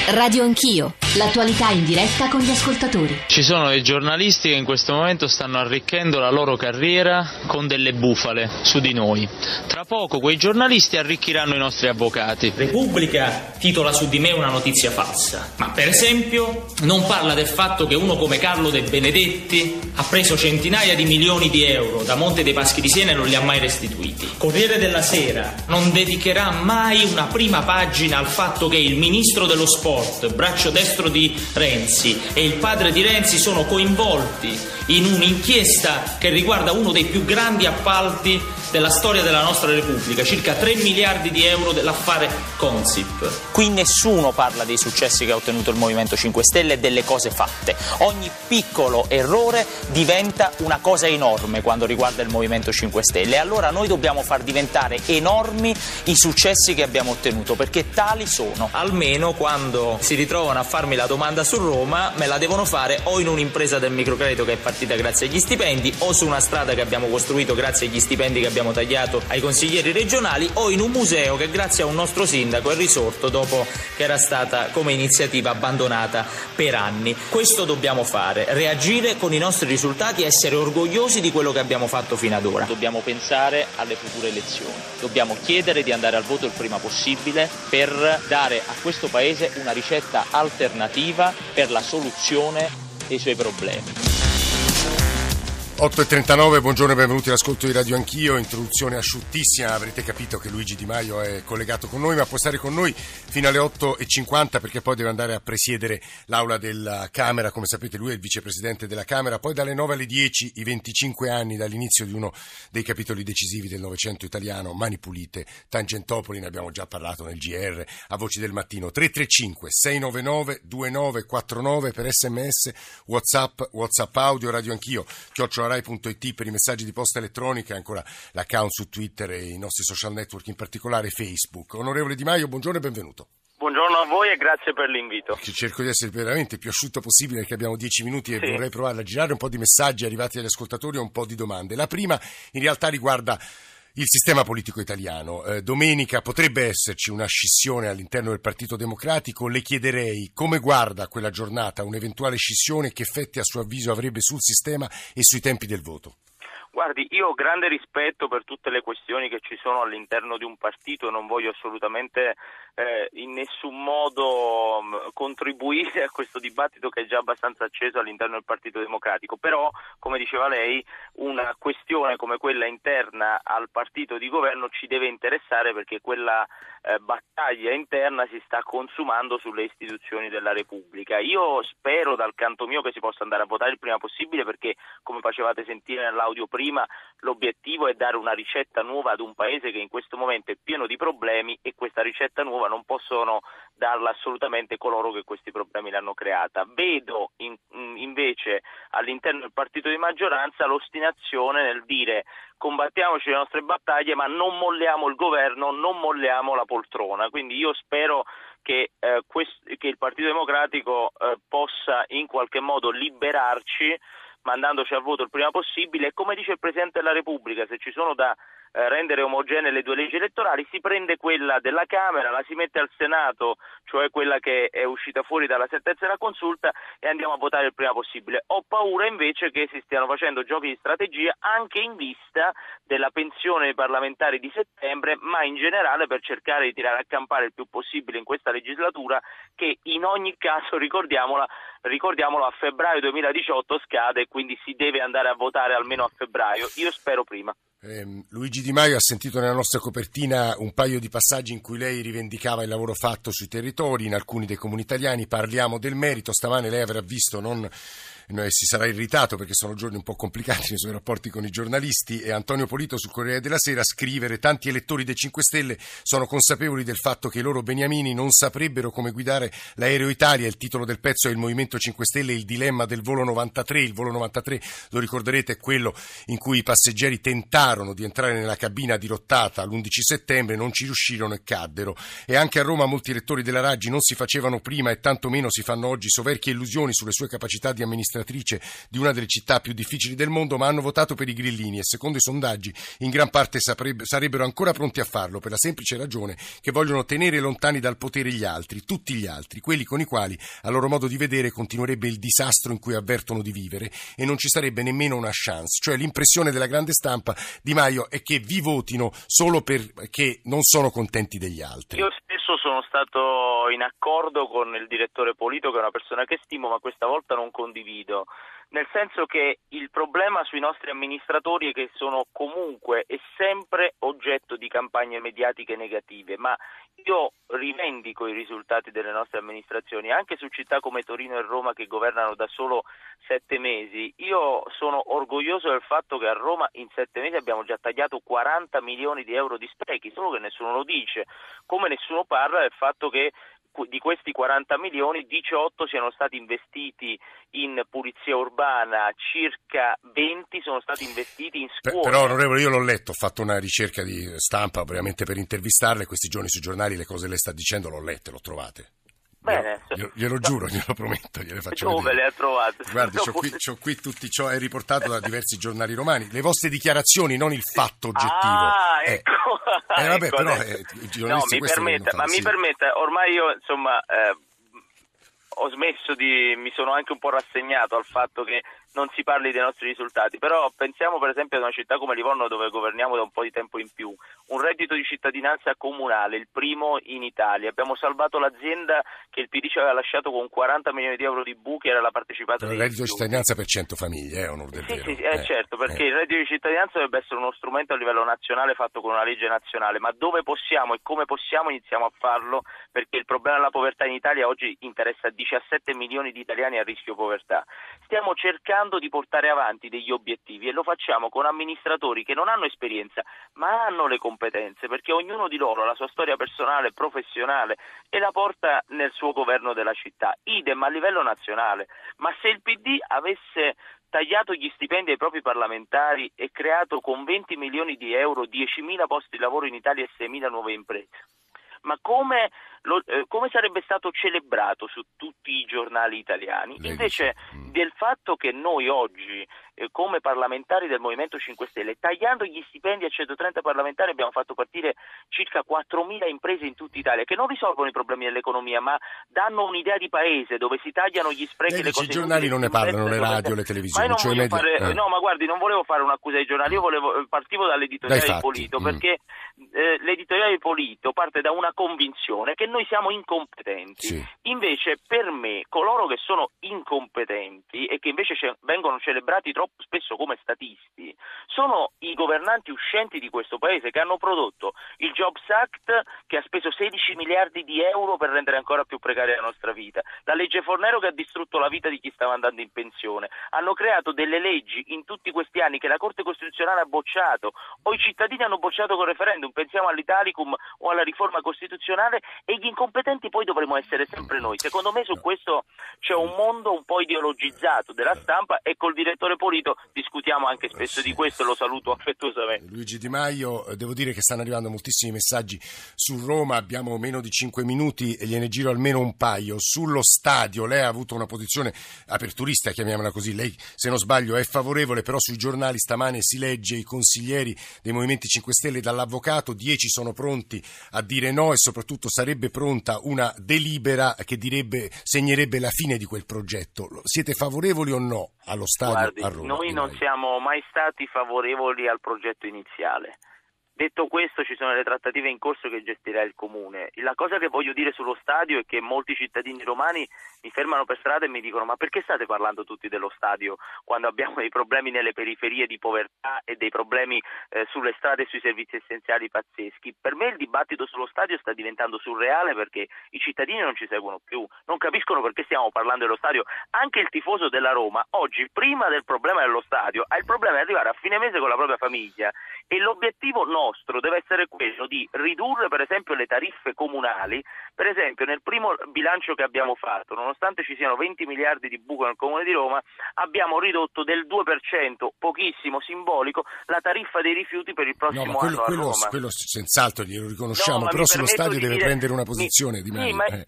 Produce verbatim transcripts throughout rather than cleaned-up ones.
Radio Anch'io, l'attualità in diretta con gli ascoltatori. Ci sono dei giornalisti che in questo momento stanno arricchendo la loro carriera con delle bufale su di noi. Tra poco quei giornalisti arricchiranno i nostri avvocati. Repubblica titola su di me una notizia falsa, ma per esempio non parla del fatto che uno come Carlo De Benedetti ha preso centinaia di milioni di euro da Monte dei Paschi di Siena e non li ha mai restituiti. Corriere della Sera non dedicherà mai una prima pagina al fatto che il ministro dello sport, braccio destro di Renzi, e il padre di Renzi sono coinvolti in un'inchiesta che riguarda uno dei più grandi appalti della storia della nostra Repubblica, circa tre miliardi di euro dell'affare Consip. Qui nessuno parla dei successi che ha ottenuto il Movimento cinque Stelle e delle cose fatte. Ogni piccolo errore diventa una cosa enorme quando riguarda il Movimento cinque Stelle, e allora noi dobbiamo far diventare enormi i successi che abbiamo ottenuto, perché tali sono. Almeno quando si ritrovano a farmi la domanda su Roma me la devono fare o in un'impresa del microcredito che è partita grazie agli stipendi, o su una strada che abbiamo costruito grazie agli stipendi che abbiamo tagliato ai consiglieri regionali, o in un museo che grazie a un nostro sindaco è risorto dopo che era stata come iniziativa abbandonata per anni. Questo dobbiamo fare, reagire con i nostri risultati e essere orgogliosi di quello che abbiamo fatto fino ad ora. Dobbiamo pensare alle future elezioni, dobbiamo chiedere di andare al voto il prima possibile per dare a questo Paese una ricetta alternativa per la soluzione dei suoi problemi. otto e trentanove, buongiorno e benvenuti all'ascolto di Radio Anch'io. Introduzione asciuttissima, avrete capito che Luigi Di Maio è collegato con noi, ma può stare con noi fino alle otto e cinquanta perché poi deve andare a presiedere l'aula della Camera. Come sapete lui è il vicepresidente della Camera. Poi dalle nove alle dieci i venticinque anni dall'inizio di uno dei capitoli decisivi del Novecento italiano, Mani Pulite, Tangentopoli, ne abbiamo già parlato nel G R, a Voci del Mattino. Tre tre cinque sei nove nove due nove quattro nove per sms, whatsapp, whatsapp audio, Radio Anch'io, chiocciola rai punto it per i messaggi di posta elettronica, ancora l'account su Twitter e i nostri social network, in particolare Facebook. Onorevole Di Maio, buongiorno e benvenuto. Buongiorno a voi e grazie per l'invito. Cerco di essere veramente il più asciutto possibile perché abbiamo dieci minuti e sì. vorrei provare a girare un po' di messaggi arrivati agli ascoltatori e un po' di domande. La prima in realtà riguarda il sistema politico italiano. Eh, domenica potrebbe esserci una scissione all'interno del Partito Democratico. Le chiederei come guarda quella giornata, un'eventuale scissione, che effetti a suo avviso avrebbe sul sistema e sui tempi del voto. Guardi, io ho grande rispetto per tutte le questioni che ci sono all'interno di un partito, non voglio assolutamente eh, in nessun modo mh, contribuire a questo dibattito che è già abbastanza acceso all'interno del Partito Democratico, però, come diceva lei, una questione come quella interna al partito di governo ci deve interessare perché quella eh, battaglia interna si sta consumando sulle istituzioni della Repubblica. Io spero dal canto mio che si possa andare a votare il prima possibile perché, come facevate sentire nell'audio prima, l'obiettivo è dare una ricetta nuova ad un paese che in questo momento è pieno di problemi e questa ricetta nuova non possono darla assolutamente coloro che questi problemi l'hanno creata. Vedo in, invece all'interno del partito di maggioranza l'ostinazione nel dire combattiamoci le nostre battaglie ma non molliamo il governo, non molliamo la poltrona, quindi io spero che, eh, quest- che il Partito Democratico eh, possa in qualche modo liberarci mandandoci al voto il prima possibile e, come dice il Presidente della Repubblica, se ci sono da eh, rendere omogenee le due leggi elettorali si prende quella della Camera, la si mette al Senato, cioè quella che è uscita fuori dalla sentenza della consulta, e andiamo a votare il prima possibile. Ho paura invece che si stiano facendo giochi di strategia anche in vista della pensione dei parlamentari di settembre, ma in generale per cercare di tirare a campare il più possibile in questa legislatura che in ogni caso, ricordiamola, ricordiamolo, a febbraio duemiladiciotto scade e quindi si deve andare a votare almeno a febbraio. Io spero prima. Eh, Luigi Di Maio ha sentito nella nostra copertina un paio di passaggi in cui lei rivendicava il lavoro fatto sui territori in alcuni dei comuni italiani. Parliamo del merito. Stamane lei avrà visto, non si sarà irritato perché sono giorni un po' complicati nei suoi rapporti con i giornalisti, e Antonio Polito sul Corriere della Sera scrivere: tanti elettori dei cinque Stelle sono consapevoli del fatto che i loro beniamini non saprebbero come guidare l'aereo Italia. Il titolo del pezzo è Il Movimento cinque Stelle, il dilemma del volo novantatré. Il volo novantatré, lo ricorderete, è quello in cui i passeggeri tentarono di entrare nella cabina dirottata l'undici settembre, non ci riuscirono e caddero. E anche a Roma molti elettori della Raggi non si facevano prima e tanto meno si fanno oggi soverchie illusioni sulle sue capacità di amministrazione amministratrice di una delle città più difficili del mondo, ma hanno votato per i grillini e secondo i sondaggi in gran parte saprebbe, sarebbero ancora pronti a farlo per la semplice ragione che vogliono tenere lontani dal potere gli altri, tutti gli altri, quelli con i quali a loro modo di vedere continuerebbe il disastro in cui avvertono di vivere e non ci sarebbe nemmeno una chance. Cioè l'impressione della grande stampa, Di Maio, è che vi votino solo perché non sono contenti degli altri. Io spesso sono stato in accordo con il direttore Polito, che è una persona che stimo, ma questa volta non condivido, nel senso che il problema sui nostri amministratori è che sono comunque e sempre oggetto di campagne mediatiche negative, ma io rivendico i risultati delle nostre amministrazioni, anche su città come Torino e Roma che governano da solo sette mesi. Io sono orgoglioso del fatto che a Roma in sette mesi abbiamo già tagliato quaranta milioni di euro di sprechi, solo che nessuno lo dice, come nessuno parla del fatto che di questi quaranta milioni, diciotto siano stati investiti in pulizia urbana, circa venti sono stati investiti in scuole. Però onorevole, io l'ho letto, ho fatto una ricerca di stampa ovviamente per intervistarle, questi giorni sui giornali le cose lei sta dicendo l'ho lette, l'ho trovate. Bene, glielo, glielo giuro, glielo prometto, gliele faccio dove vedere. le ha trovate? Guardi, c'ho qui, c'ho qui tutti ciò, è riportato da diversi giornali romani, le vostre dichiarazioni, non il fatto oggettivo. Ah, eh. ecco. Eh, vabbè, ecco, però eh, i giornalisti no, mi permetta, ma sì. mi permetta, ormai io insomma eh, ho smesso di, mi sono anche un po' rassegnato al fatto che non si parli dei nostri risultati, però pensiamo per esempio ad una città come Livorno dove governiamo da un po' di tempo in più, un reddito di cittadinanza comunale, il primo in Italia, abbiamo salvato l'azienda che il P D ci aveva lasciato con quaranta milioni di euro di buchi, era la partecipata il dei reddito di più. cittadinanza per cento famiglie, è onor del Sì, vero. sì, sì eh, eh, certo, perché eh. il reddito di cittadinanza dovrebbe essere uno strumento a livello nazionale fatto con una legge nazionale, ma dove possiamo e come possiamo iniziamo a farlo, perché il problema della povertà in Italia oggi interessa diciassette milioni di italiani a rischio povertà. Stiamo cercando di portare avanti degli obiettivi e lo facciamo con amministratori che non hanno esperienza ma hanno le competenze, perché ognuno di loro ha la sua storia personale, professionale e la porta nel suo governo della città, idem a livello nazionale. Ma se il P D avesse tagliato gli stipendi ai propri parlamentari e creato con venti milioni di euro diecimila posti di lavoro in Italia e seimila nuove imprese, ma come, lo, eh, come sarebbe stato celebrato su tutti i giornali italiani? Invece del fatto che noi oggi eh, come parlamentari del Movimento cinque Stelle, tagliando gli stipendi a centotrenta parlamentari, abbiamo fatto partire circa quattromila imprese in tutta Italia che non risolvono i problemi dell'economia ma danno un'idea di paese dove si tagliano gli sprechi e le cose. I giornali non ne parlano, le radio, le televisioni. Ma io non cioè voglio media... fare, eh. no, ma guardi, non volevo fare un'accusa ai giornali, io volevo, partivo dall'editoriale di Polito, mm. perché eh, l'editoriale di Polito parte da una convinzione che noi siamo incompetenti. Sì. Invece per me coloro che sono incompetenti e che invece ce- vengono celebrati troppo spesso come statisti sono i governanti uscenti di questo paese che hanno prodotto il Jobs Act che ha speso sedici miliardi di euro per rendere ancora più precaria la nostra vita, la legge Fornero che ha distrutto la vita di chi stava andando in pensione, hanno creato delle leggi in tutti questi anni che la Corte Costituzionale ha bocciato o i cittadini hanno bocciato con referendum, pensiamo all'Italicum o alla riforma costituzionale, e gli incompetenti poi dovremo essere sempre noi. Secondo me su questo c'è un mondo un po' ideologizzato della stampa e col direttore Polito discutiamo anche spesso di questo e lo saluto affettuosamente. Luigi Di Maio, devo dire che stanno arrivando moltissimi messaggi su Roma, abbiamo meno di cinque minuti e gliene giro almeno un paio. Sullo stadio lei ha avuto una posizione aperturista, chiamiamola così, lei se non sbaglio è favorevole, però sui giornali stamane si legge i consiglieri dei Movimenti cinque Stelle dall'avvocato, dieci sono pronti a dire no e soprattutto sarebbe pronta una delibera che direbbe, segnerebbe la fine di quel progetto. Siete favorevoli o no allo stadio Guardi, a Roma? noi non siamo mai stati favorevoli al progetto iniziale. Detto questo, ci sono le trattative in corso che gestirà il Comune. La cosa che voglio dire sullo stadio è che molti cittadini romani mi fermano per strada e mi dicono: ma perché state parlando tutti dello stadio quando abbiamo dei problemi nelle periferie di povertà e dei problemi eh, sulle strade e sui servizi essenziali pazzeschi? Per me il dibattito sullo stadio sta diventando surreale perché i cittadini non ci seguono più, non capiscono perché stiamo parlando dello stadio. Anche il tifoso della Roma oggi, prima del problema dello stadio, ha il problema di arrivare a fine mese con la propria famiglia, e l'obiettivo nostro deve essere quello di ridurre per esempio le tariffe comunali. Per esempio nel primo bilancio che abbiamo fatto, nonostante ci siano venti miliardi di buco nel Comune di Roma, abbiamo ridotto del due per cento, pochissimo, simbolico, la tariffa dei rifiuti per il prossimo no, ma quello, anno a quello, Roma. Quello senz'altro glielo riconosciamo, no, però sullo stadio di deve dire, prendere una posizione mi, Di sì, Maio. ma Eh. eh,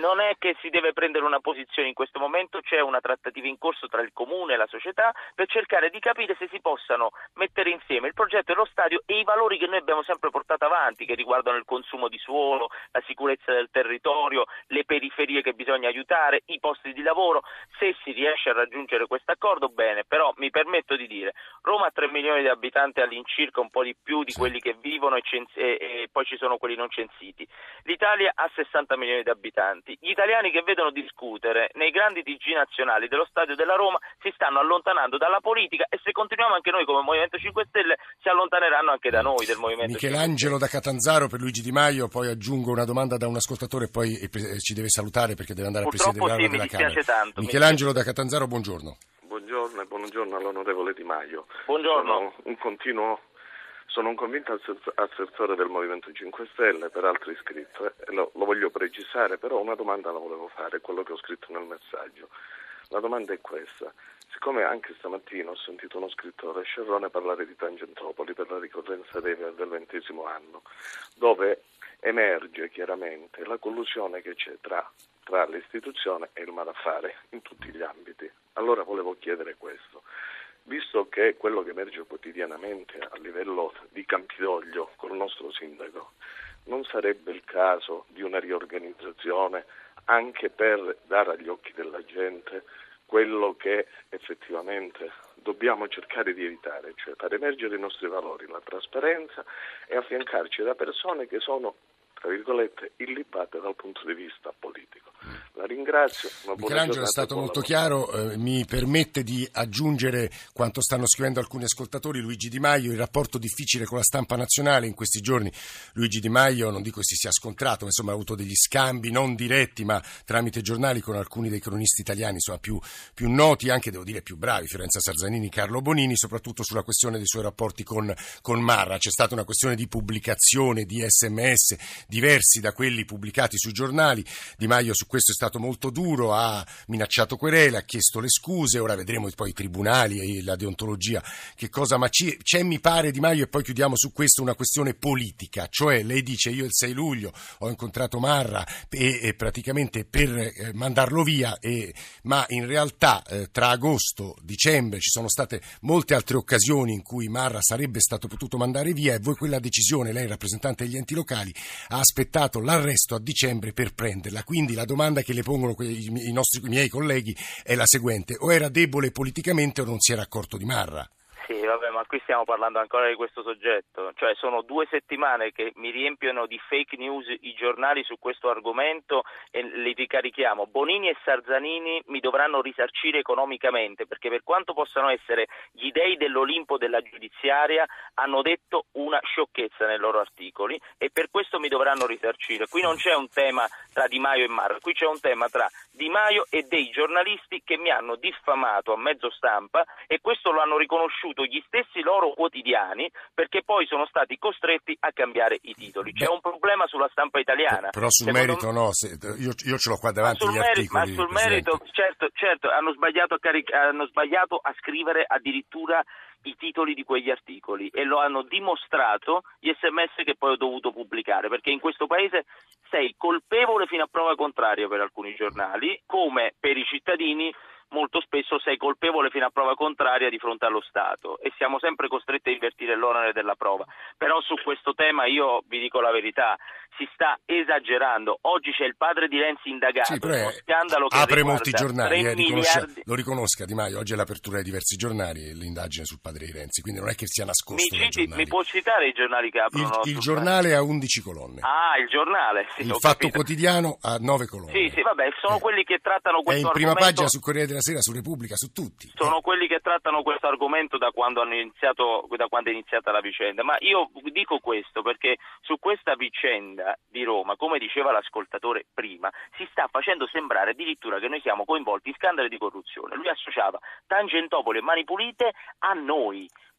non è che si deve prendere una posizione in questo momento, c'è una trattativa in corso tra il comune e la società per cercare di capire se si possano mettere insieme il progetto dello stadio e i valori che noi abbiamo sempre portato avanti, che riguardano il consumo di suolo, la sicurezza del territorio, le periferie che bisogna aiutare, i posti di lavoro. Se si riesce a raggiungere questo accordo, bene, però mi permetto di dire, Roma ha tre milioni di abitanti all'incirca, un po' di più di quelli che vivono e, cens- e, e poi ci sono quelli non censiti. L'Italia ha sessanta milioni di abitanti. Gli italiani che vedono discutere nei grandi T G nazionali dello stadio della Roma si stanno allontanando dalla politica e se continuiamo anche noi come Movimento cinque Stelle si allontaneranno anche da noi del Movimento Michelangelo cinque Stelle. da Catanzaro per Luigi Di Maio, poi aggiungo una domanda da un ascoltatore e poi ci deve salutare perché deve andare Purtroppo a presiedere sì, l'Aula della Camera. Tanto, Michelangelo da Catanzaro, buongiorno. Buongiorno e buongiorno all'onorevole Di Maio. Buongiorno. Sono un continuo, sono un convinto assersore del Movimento cinque Stelle, peraltro iscritto, e lo, lo voglio precisare, però una domanda la volevo fare, quello che ho scritto nel messaggio. La domanda è questa. Siccome anche stamattina ho sentito uno scrittore, Scerrone, parlare di Tangentopoli per la ricorrenza dei, del ventesimo anno, dove emerge chiaramente la collusione che c'è tra, tra l'istituzione e il malaffare in tutti gli ambiti. Allora volevo chiedere questo. Visto che quello che emerge quotidianamente a livello di Campidoglio con il nostro sindaco, non sarebbe il caso di una riorganizzazione anche per dare agli occhi della gente quello che effettivamente dobbiamo cercare di evitare, cioè far emergere i nostri valori, la trasparenza e affiancarci da persone che sono, tra virgolette, illibate dal punto di vista politico. La ringrazio. Michelangelo è stato molto chiaro, eh, mi permette di aggiungere quanto stanno scrivendo alcuni ascoltatori. Luigi Di Maio, il rapporto difficile con la stampa nazionale in questi giorni. Luigi Di Maio, non dico si sia scontrato, ma insomma ha avuto degli scambi non diretti ma tramite giornali con alcuni dei cronisti italiani, insomma più, più noti, anche devo dire più bravi, Fiorenza Sarzanini, Carlo Bonini, soprattutto sulla questione dei suoi rapporti con, con Marra. C'è stata una questione di pubblicazione di sms diversi da quelli pubblicati sui giornali. Di Maio su questo è stato molto duro, ha minacciato querele, ha chiesto le scuse, ora vedremo poi i tribunali e la deontologia che cosa, ma c'è, mi pare, Di Maio, e poi chiudiamo su questo, una questione politica, cioè lei dice io il sei luglio ho incontrato Marra e, e praticamente per eh, mandarlo via, e, ma in realtà eh, tra agosto e dicembre ci sono state molte altre occasioni in cui Marra sarebbe stato potuto mandare via e voi quella decisione, lei rappresentante degli enti locali, ha aspettato l'arresto a dicembre per prenderla. Quindi la domanda che le pongono i, i nostri i miei colleghi è la seguente: o era debole politicamente o non si era accorto di Marra? Sì, vabbè, ma qui stiamo parlando ancora di questo soggetto, cioè sono due settimane che mi riempiono di fake news i giornali su questo argomento e li ricarichiamo. Bonini e Sarzanini mi dovranno risarcire economicamente, perché per quanto possano essere gli dei dell'Olimpo della giudiziaria, hanno detto una sciocchezza nei loro articoli e per questo mi dovranno risarcire. Qui non c'è un tema tra Di Maio e Marra, qui c'è un tema tra Di Maio e dei giornalisti che mi hanno diffamato a mezzo stampa, e questo lo hanno riconosciuto gli stessi loro quotidiani, perché poi sono stati costretti a cambiare i titoli. C'è un problema sulla stampa italiana. Però sul Secondo merito me... no, se, io, io ce l'ho qua davanti gli merito, articoli. Ma sul Presidente. merito, certo, certo, hanno sbagliato a, caric- hanno sbagliato a scrivere addirittura i titoli di quegli articoli e lo hanno dimostrato gli sms che poi ho dovuto pubblicare, perché in questo paese sei colpevole fino a prova contraria per alcuni giornali, come per i cittadini molto spesso sei colpevole fino a prova contraria di fronte allo Stato, e siamo sempre costretti a invertire l'onere della prova. Però su questo tema io vi dico la verità, si sta esagerando. Oggi c'è il padre di Renzi indagato, sì, però uno scandalo che apre riguarda molti giornali, eh, miliardi... lo riconosca Di Maio, oggi è l'apertura di diversi giornali e l'indagine sul padre di Renzi, quindi non è che sia nascosto. Mi, citi, mi può citare i giornali che aprono? Il, il giornale ha undici colonne. Ah, il giornale, sì, il ho Fatto capito. Quotidiano ha nove colonne. Sì, sì, vabbè, sono eh. quelli che trattano questo argomento. È in prima argomento... pagina sul Corriere della Sera, su Repubblica, su tutti. Sono eh. quelli che trattano questo argomento da quando hanno iniziato, da quando è iniziata la vicenda. Ma io dico questo perché su questa vicenda di Roma, come diceva l'ascoltatore prima, si sta facendo sembrare addirittura che noi siamo coinvolti in scandali di corruzione. Lui associava Tangentopoli e Mani Pulite a noi,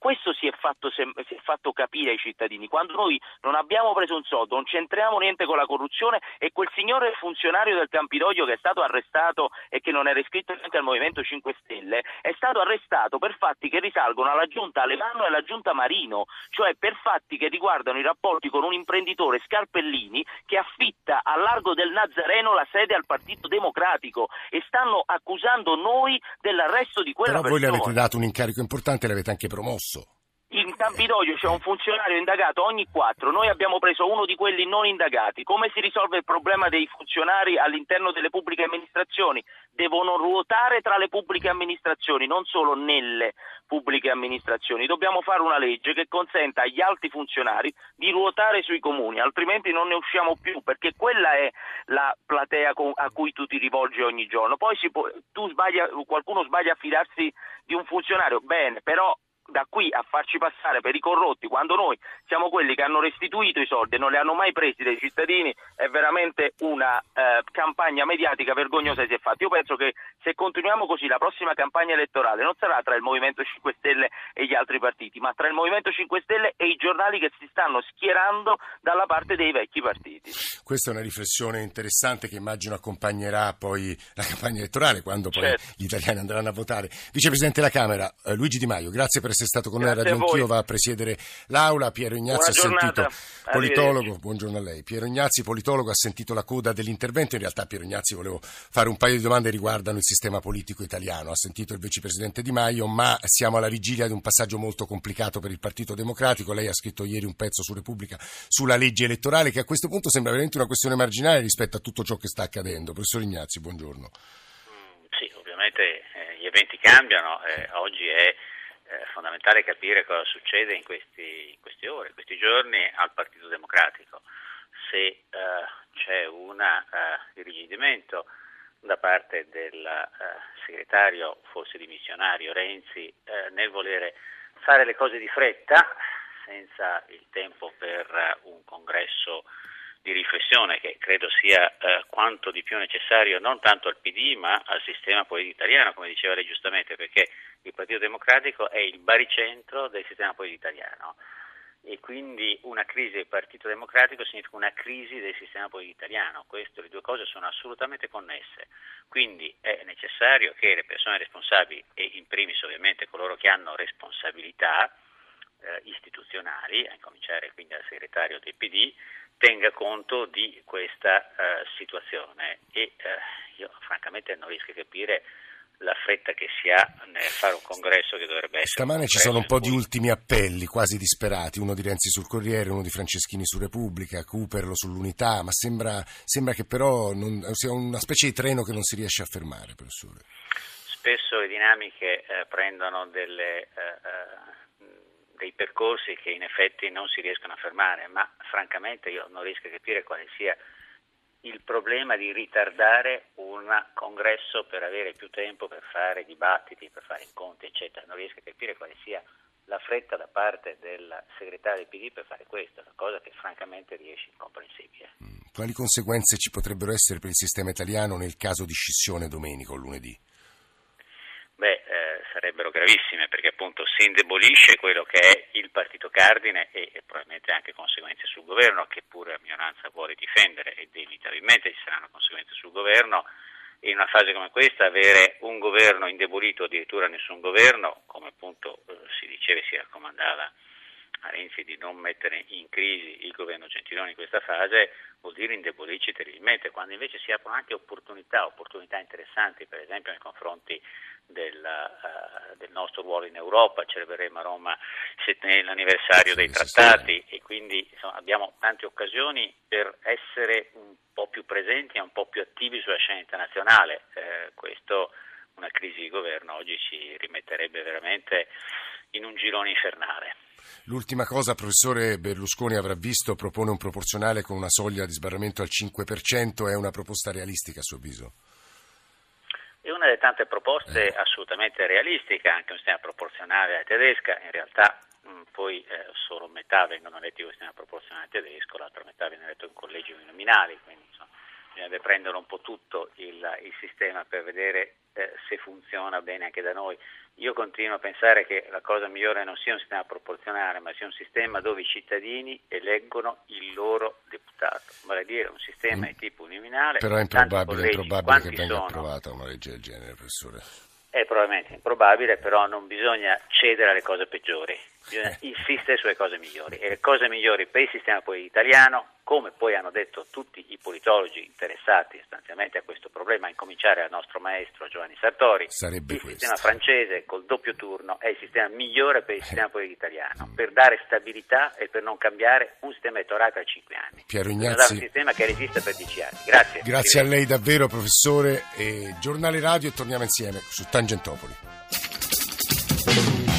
questo si è fatto si è fatto capire ai cittadini. Quando noi non abbiamo preso un soldo, non c'entriamo niente con la corruzione, e quel signore funzionario del Campidoglio che è stato arrestato e che non era iscritto neanche al Movimento cinque Stelle è stato arrestato per fatti che risalgono alla giunta Alemanno e alla giunta Marino, cioè per fatti che riguardano i rapporti con un imprenditore, Scarpellini, che affitta a Largo del Nazareno la sede al Partito Democratico, e stanno accusando noi dell'arresto di quella Però persona. voi le avete dato un incarico importante e l'avete anche promosso. In Campidoglio c'è un funzionario indagato ogni quattro, noi abbiamo preso uno di quelli non indagati. Come si risolve il problema dei funzionari all'interno delle pubbliche amministrazioni? Devono ruotare tra le pubbliche amministrazioni, non solo nelle pubbliche amministrazioni. Dobbiamo fare una legge che consenta agli alti funzionari di ruotare sui comuni, altrimenti non ne usciamo più, perché quella è la platea a cui tu ti rivolgi ogni giorno. Poi si può, tu sbaglia, qualcuno sbaglia a fidarsi di un funzionario, bene, però da qui a farci passare per i corrotti, quando noi siamo quelli che hanno restituito i soldi e non li hanno mai presi dai cittadini, è veramente una eh, campagna mediatica vergognosa che si è fatta. Io penso che se continuiamo così la prossima campagna elettorale non sarà tra il Movimento cinque Stelle e gli altri partiti, ma tra il Movimento cinque Stelle e i giornali che si stanno schierando dalla parte dei vecchi partiti. Questa è una riflessione interessante che immagino accompagnerà poi la campagna elettorale, quando poi certo. gli italiani andranno a votare. Vicepresidente della Camera, eh, Luigi Di Maio, grazie per essere stato con Grazie noi a Radio Anch'io, va a presiedere l'Aula. Piero Ignazzi ha sentito, politologo, buongiorno a lei. Piero Ignazzi, politologo, ha sentito la coda dell'intervento. In realtà Piero Ignazzi volevo fare un paio di domande riguardano il sistema politico italiano. Ha sentito il vicepresidente Di Maio, ma siamo alla vigilia di un passaggio molto complicato per il Partito Democratico. Lei ha scritto ieri un pezzo su Repubblica sulla legge elettorale, che a questo punto sembra veramente una questione marginale rispetto a tutto ciò che sta accadendo. Professor Ignazzi, buongiorno. Mm, sì, ovviamente eh, gli eventi cambiano, eh, oggi è È fondamentale capire cosa succede in, questi, in queste ore, in questi giorni al Partito Democratico. Se eh, c'è un uh, irrigidimento da parte del uh, segretario, forse dimissionario, Renzi, eh, nel volere fare le cose di fretta, senza il tempo per uh, un congresso di riflessione che credo sia uh, quanto di più necessario non tanto al P D ma al sistema politico italiano, come diceva lei giustamente, perché il Partito Democratico è il baricentro del sistema politico italiano e quindi una crisi del Partito Democratico significa una crisi del sistema politico italiano. Questo, le due cose sono assolutamente connesse, quindi è necessario che le persone responsabili, e in primis ovviamente coloro che hanno responsabilità eh, istituzionali, a incominciare quindi dal segretario del P D, tenga conto di questa uh, situazione e uh, io francamente non riesco a capire la fretta che si ha nel fare un congresso che dovrebbe essere. Stamane ci sono un po' di ultimi appelli quasi disperati, uno di Renzi sul Corriere, uno di Franceschini su Repubblica, Cooperlo sull'Unità, ma sembra, sembra che però non, sia una specie di treno che non si riesce a fermare, professore. Spesso le dinamiche eh, prendono delle eh, dei percorsi che in effetti non si riescono a fermare, ma francamente io non riesco a capire quale sia il problema di ritardare un congresso per avere più tempo per fare dibattiti, per fare incontri, eccetera. Non riesco a capire quale sia la fretta da parte del segretario del P D per fare questo, una cosa che francamente riesce incomprensibile. Quali conseguenze ci potrebbero essere per il sistema italiano nel caso di scissione Domenico lunedì? Beh, eh, sarebbero gravissime, perché appunto si indebolisce quello che è il partito cardine e, e probabilmente anche conseguenze sul governo, che pure la minoranza vuole difendere, ed inevitabilmente ci saranno conseguenze sul governo. In una fase come questa avere un governo indebolito, addirittura nessun governo, come appunto eh, si diceva e si raccomandava a Renzi di non mettere in crisi il governo Gentiloni in questa fase, vuol dire indebolirci terribilmente, quando invece si aprono anche opportunità, opportunità interessanti, per esempio nei confronti del, uh, del nostro ruolo in Europa. Celebreremo a Roma l'anniversario dei trattati e quindi insomma, abbiamo tante occasioni per essere un po' più presenti e un po' più attivi sulla scena internazionale. Eh, questo, una crisi di governo oggi ci rimetterebbe veramente in un girone infernale. L'ultima cosa, professore, Berlusconi avrà visto, propone un proporzionale con una soglia di sbarramento al cinque per cento, è una proposta realistica a suo avviso? È una delle tante proposte eh. assolutamente realistica, anche un sistema proporzionale alla tedesca. In realtà mh, poi eh, solo metà vengono eletti con il sistema proporzionale tedesco, l'altra metà viene eletto in collegi uninominali, quindi insomma, bisognerebbe prendere un po' tutto il, il sistema per vedere eh, se funziona bene anche da noi. Io continuo a pensare che la cosa migliore non sia un sistema proporzionale, ma sia un sistema dove i cittadini eleggono il loro deputato, vale a dire un sistema di tipo uninominale. Però è improbabile, collegi, improbabile che venga sono? approvata una legge del genere, professore. È probabilmente improbabile, però non bisogna cedere alle cose peggiori, bisogna insistere sulle cose migliori, e le cose migliori per il sistema poi italiano, come poi hanno detto tutti i politologi interessati sostanzialmente a questo problema, a incominciare dal nostro maestro Giovanni Sartori, sarebbe il questo. sistema francese col doppio turno è il sistema migliore per il sistema politico italiano, per dare stabilità e per non cambiare un sistema elettorale per cinque anni. Piero Per dare Ignazzi, un sistema che resista per dieci anni. Grazie. grazie a lei davvero, professore. E Giornale Radio, e torniamo insieme su Tangentopoli.